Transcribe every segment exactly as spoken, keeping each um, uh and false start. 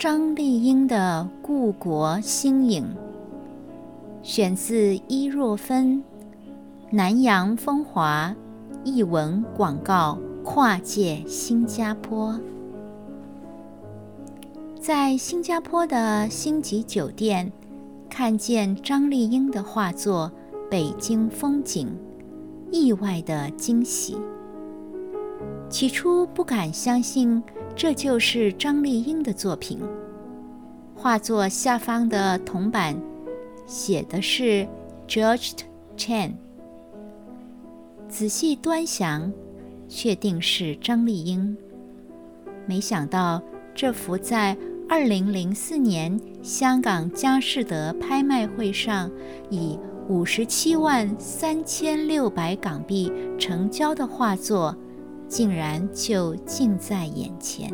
张丽英的《故国新影》，选自伊若芬南洋风华艺文广告跨界新加坡。在新加坡的星级酒店看见张丽英的画作《北京风景》，意外的惊喜。起初不敢相信这就是张丽英的作品。画作下方的铜板写的是 George Chen， 仔细端详确定是张丽英。没想到这幅在二零零四年香港佳士得拍卖会上以五十七万三千六百港币成交的画作，竟然就近在眼前。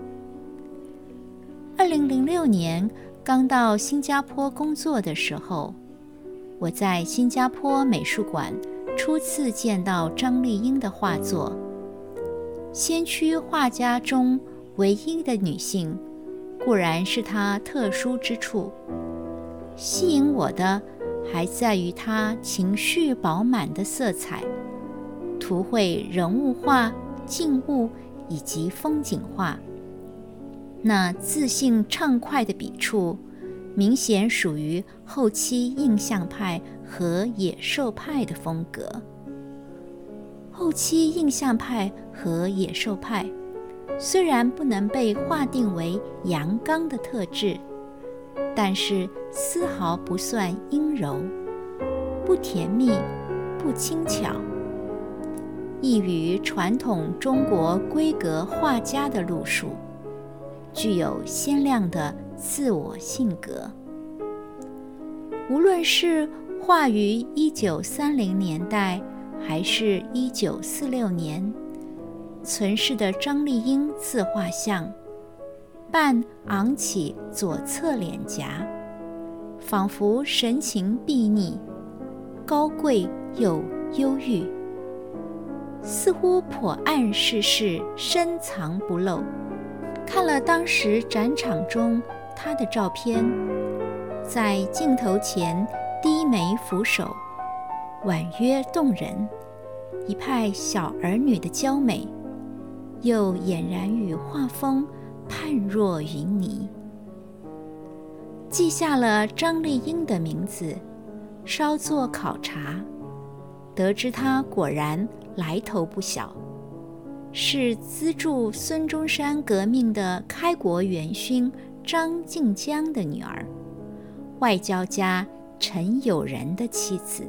二零零六年刚到新加坡工作的时候，我在新加坡美术馆初次见到张丽英的画作。先驱画家中唯一的女性，固然是她特殊之处，吸引我的还在于她情绪饱满的色彩，图绘人物画、静物以及风景画。那自信畅快的笔触，明显属于后期印象派和野兽派的风格。后期印象派和野兽派虽然不能被划定为阳刚的特质，但是丝毫不算阴柔，不甜蜜，不轻巧，异于传统中国闺阁画家的路数，具有鲜亮的自我性格。无论是画于一九三零年代还是一九四六年，存世的张丽英自画像半昂起左侧脸颊，仿佛神情睥睨，高贵又忧郁，似乎颇暗示是深藏不露。看了当时展场中她的照片，在镜头前低眉俯首，婉约动人，一派小儿女的娇美，又俨然与画风判若云泥。记下了张丽英的名字，稍作考察，得知她果然来头不小，是资助孙中山革命的开国元勋张静江的女儿，外交家陈友仁的妻子。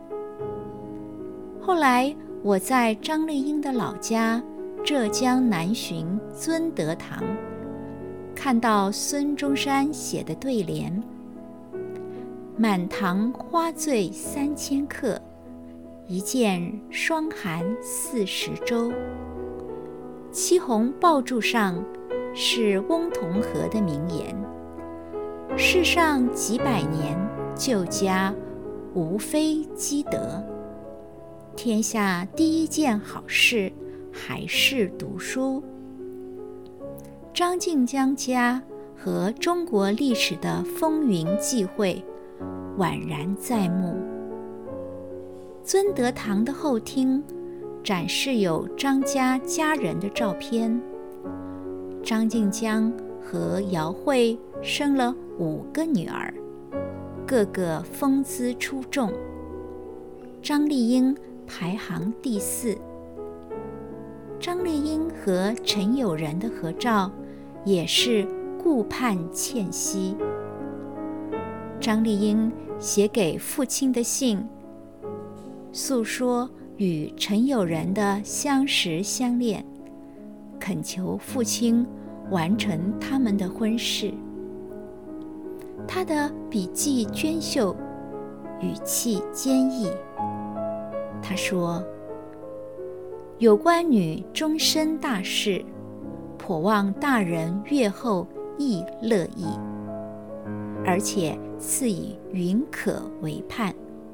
后来我在张丽英的老家浙江南浔尊德堂看到孙中山写的对联：满堂花醉三千客，一见霜寒四十州。漆红爆柱上是翁同龢的名言：世上几百年旧家，无非积德。天下第一件好事还是读书。张静江家和中国历史的风云际会宛然在目。尊德堂的后厅展示有张家家人的照片。张静江和姚慧生了五个女儿，个个风姿出众。张丽英排行第四。张丽英和陈友仁的合照也是顾盼倩兮。张丽英写给父亲的信，诉说与陈友仁的相识相恋，恳求父亲完成他们的婚事。他的笔迹娟秀，语气坚毅。他说：有关女终身大事，颇望大人阅后亦乐意，而且赐以允可为盼。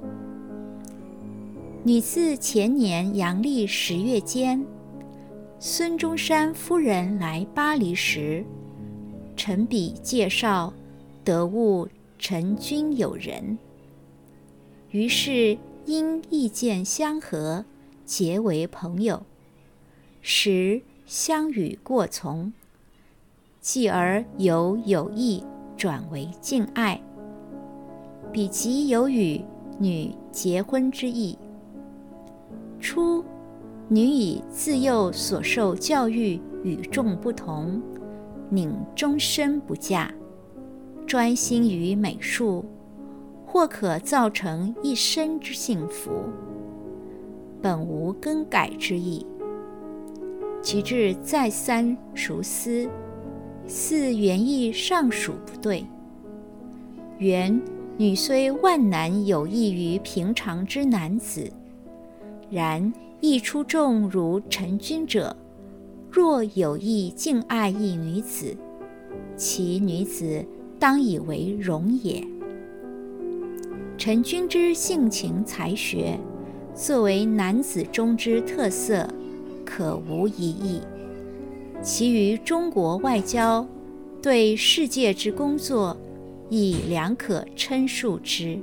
女自前年阳历十月间，孙中山夫人来巴黎时， 陈笔介绍，得悟陈君友人。于是因意见相合，结为朋友。时相与过从，继而由友谊转为敬爱，彼即有与女结婚之意。初，女以自幼所受教育与众不同，宁终身不嫁，专心于美术，或可造成一生之幸福，本无更改之意。及至再三熟思，似原意尚属不对。原女虽万难有益于平常之男子，然亦出众如陈君者，若有意敬爱一女子，其女子当以为荣也。陈君之性情才学，作为男子中之特色，可无疑义。其余中国外交，对世界之工作，亦良可称述之。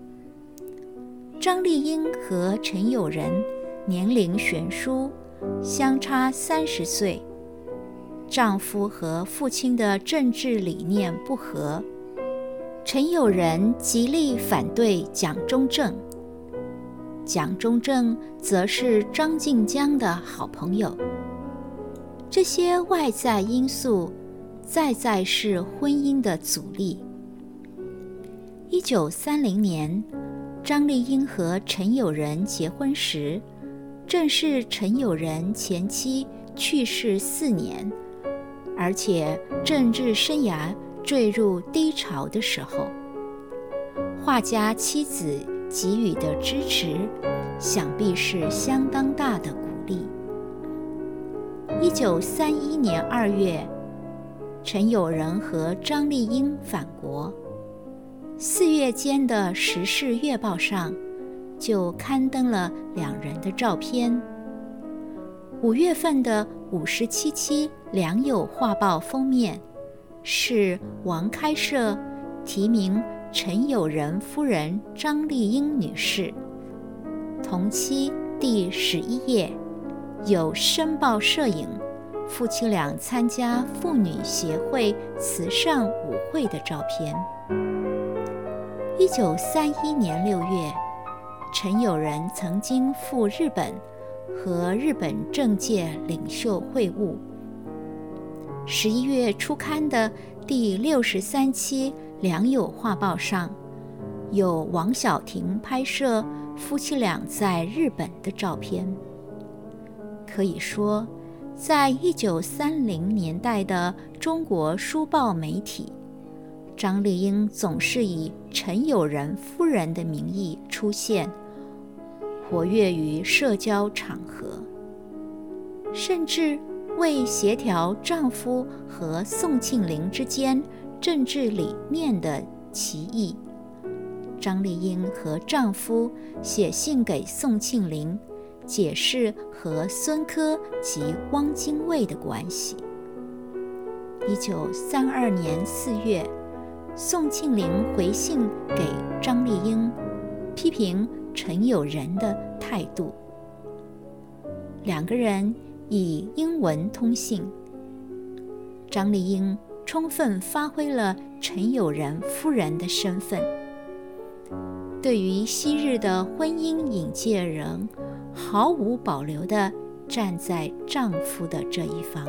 张丽英和陈友仁年龄悬殊，相差三十岁，丈夫和父亲的政治理念不合。陈友仁极力反对蒋中正，蒋中正则是张静江的好朋友。这些外在因素再再是婚姻的阻力。一九三零年，张丽英和陈友仁结婚时，正是陈友仁前妻去世四年，而且政治生涯坠入低潮的时候。画家妻子给予的支持，想必是相当大的鼓励。一九三一年二月，陈友仁和张丽英返国，四月间的《时事月报》上就刊登了两人的照片。五月份的五十七期良友画报封面是王开设提名陈友仁夫人张丽英女士，同期第十一页有申报摄影夫妻俩参加妇女协会慈善舞会的照片。一九三一年六月，陈友仁曾经赴日本和日本政界领袖会晤。十一月初刊的第六十三期良友画报上，有王小婷拍摄夫妻俩在日本的照片。可以说，在一九三零年代的中国书报媒体，张丽英总是以陈友仁夫人的名义出现，活跃于社交场合，甚至为协调丈夫和宋庆龄之间政治理念的歧义，张丽英和丈夫写信给宋庆龄，解释和孙科及汪精卫的关系。一九三二年四月，宋庆龄回信给张丽英，批评陈友仁的态度。两个人以英文通信，张丽英充分发挥了陈友仁夫人的身份，对于昔日的婚姻引介人毫无保留地站在丈夫的这一方。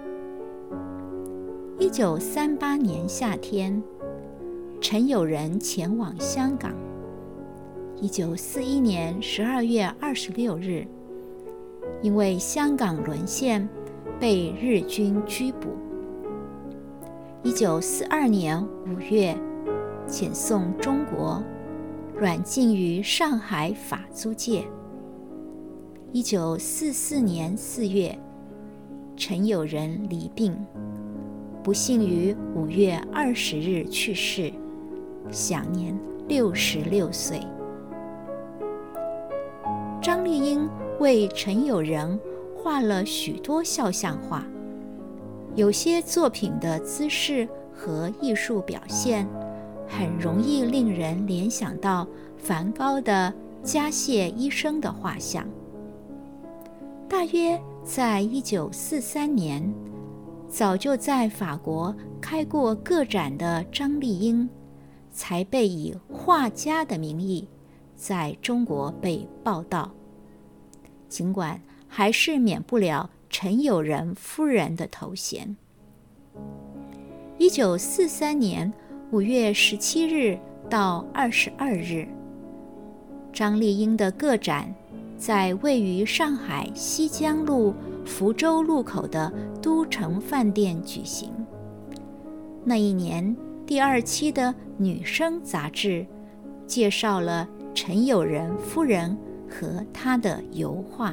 一九三八年夏天，陈友仁前往香港。一九四一年十二月二十六日，因为香港沦陷，被日军拘捕。一九四二年五月，遣送中国，软禁于上海法租界。一九四四年四月，陈友仁离病，不幸于五月二十日去世，享年六十六岁。张丽英为陈友仁画了许多肖像画， 有些作品的姿势和艺术表现很容易令人联想到梵高的加谢医生的画像。大约在一九四三年，早就在法国开过个展的张丽英，才被以画家的名义在中国被报道，尽管还是免不了陈友仁夫人的头衔。一九四三年五月十七日到二十二日，张丽英的个展在位于上海西江路福州路口的都城饭店举行。那一年第二期的《女生》杂志介绍了陈友仁夫人和她的油画。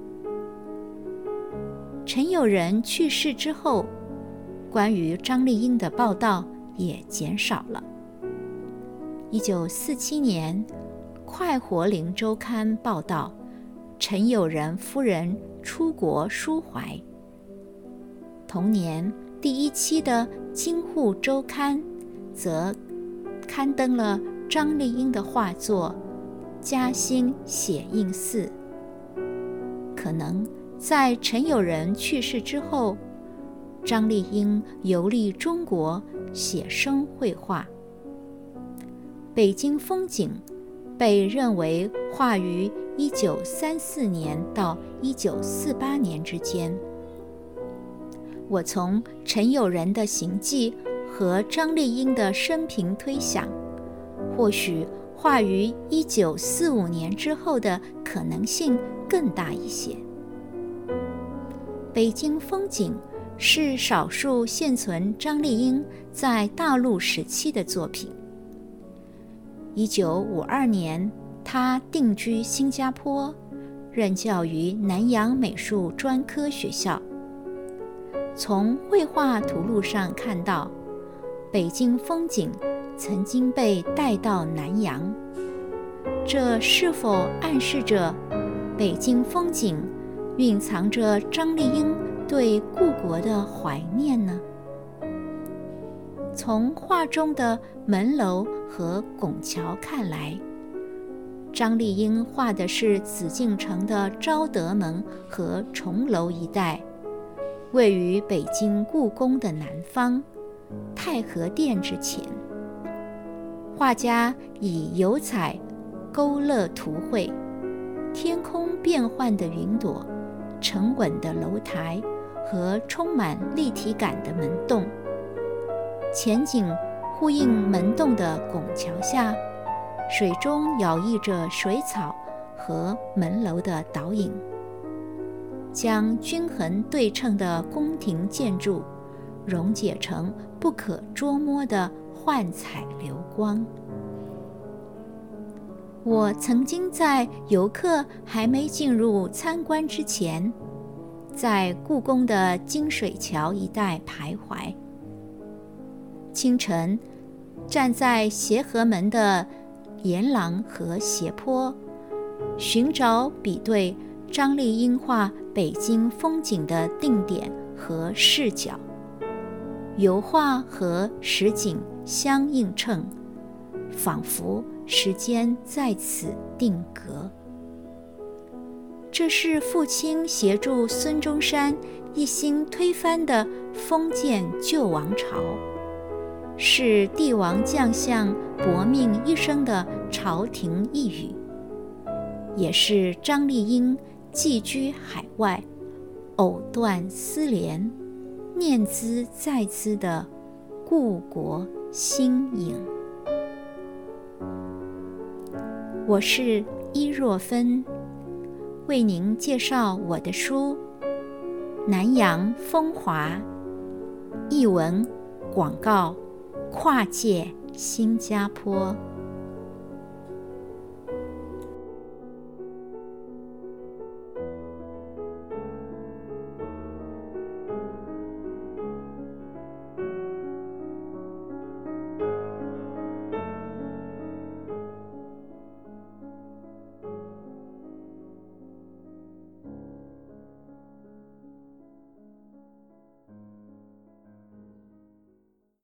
陈友仁去世之后，关于张丽英的报道也减少了。一九四七年，《快活林周刊》报道陈友仁夫人出国抒怀。同年第一期的《京沪周刊》则刊登了张丽英的画作《嘉兴写印寺》。可能在陈友仁去世之后，张丽英游历中国写生绘画。北京风景被认为画于一九三四年到一九四八年之间。我从陈友仁的行迹和张丽英的生平推想，或许画于一九四五年之后的可能性更大一些。北京风景是少数现存张丽英在大陆时期的作品。一九五二年，她定居新加坡，任教于南洋美术专科学校。从绘画图录上看到，北京风景曾经被带到南洋，这是否暗示着北京风景蕴藏着张丽英对故国的怀念呢？从画中的门楼和拱桥看来，张丽英画的是紫禁城的昭德门和重楼一带，位于北京故宫的南方，太和殿之前。画家以油彩勾勒图绘，天空变幻的云朵，沉稳的楼台和充满立体感的门洞。前景呼应门洞的拱桥下，水中摇曳着水草和门楼的倒影，将均衡对称的宫廷建筑溶解成不可捉摸的幻彩流光。我曾经在游客还没进入参观之前，在故宫的金水桥一带徘徊。清晨，站在协和门的沿廊和斜坡，寻找比对张丽英画北京风景的定点和视角，油画和实景相映衬，仿佛时间在此定格。这是父亲协助孙中山一心推翻的封建旧王朝，是帝王将相搏命一生的朝廷一语，也是张丽英寄居海外，藕断丝连，念兹在兹的故国心影。我是伊若芬，为您介绍我的书《南洋风华》，译文广告跨界新加坡。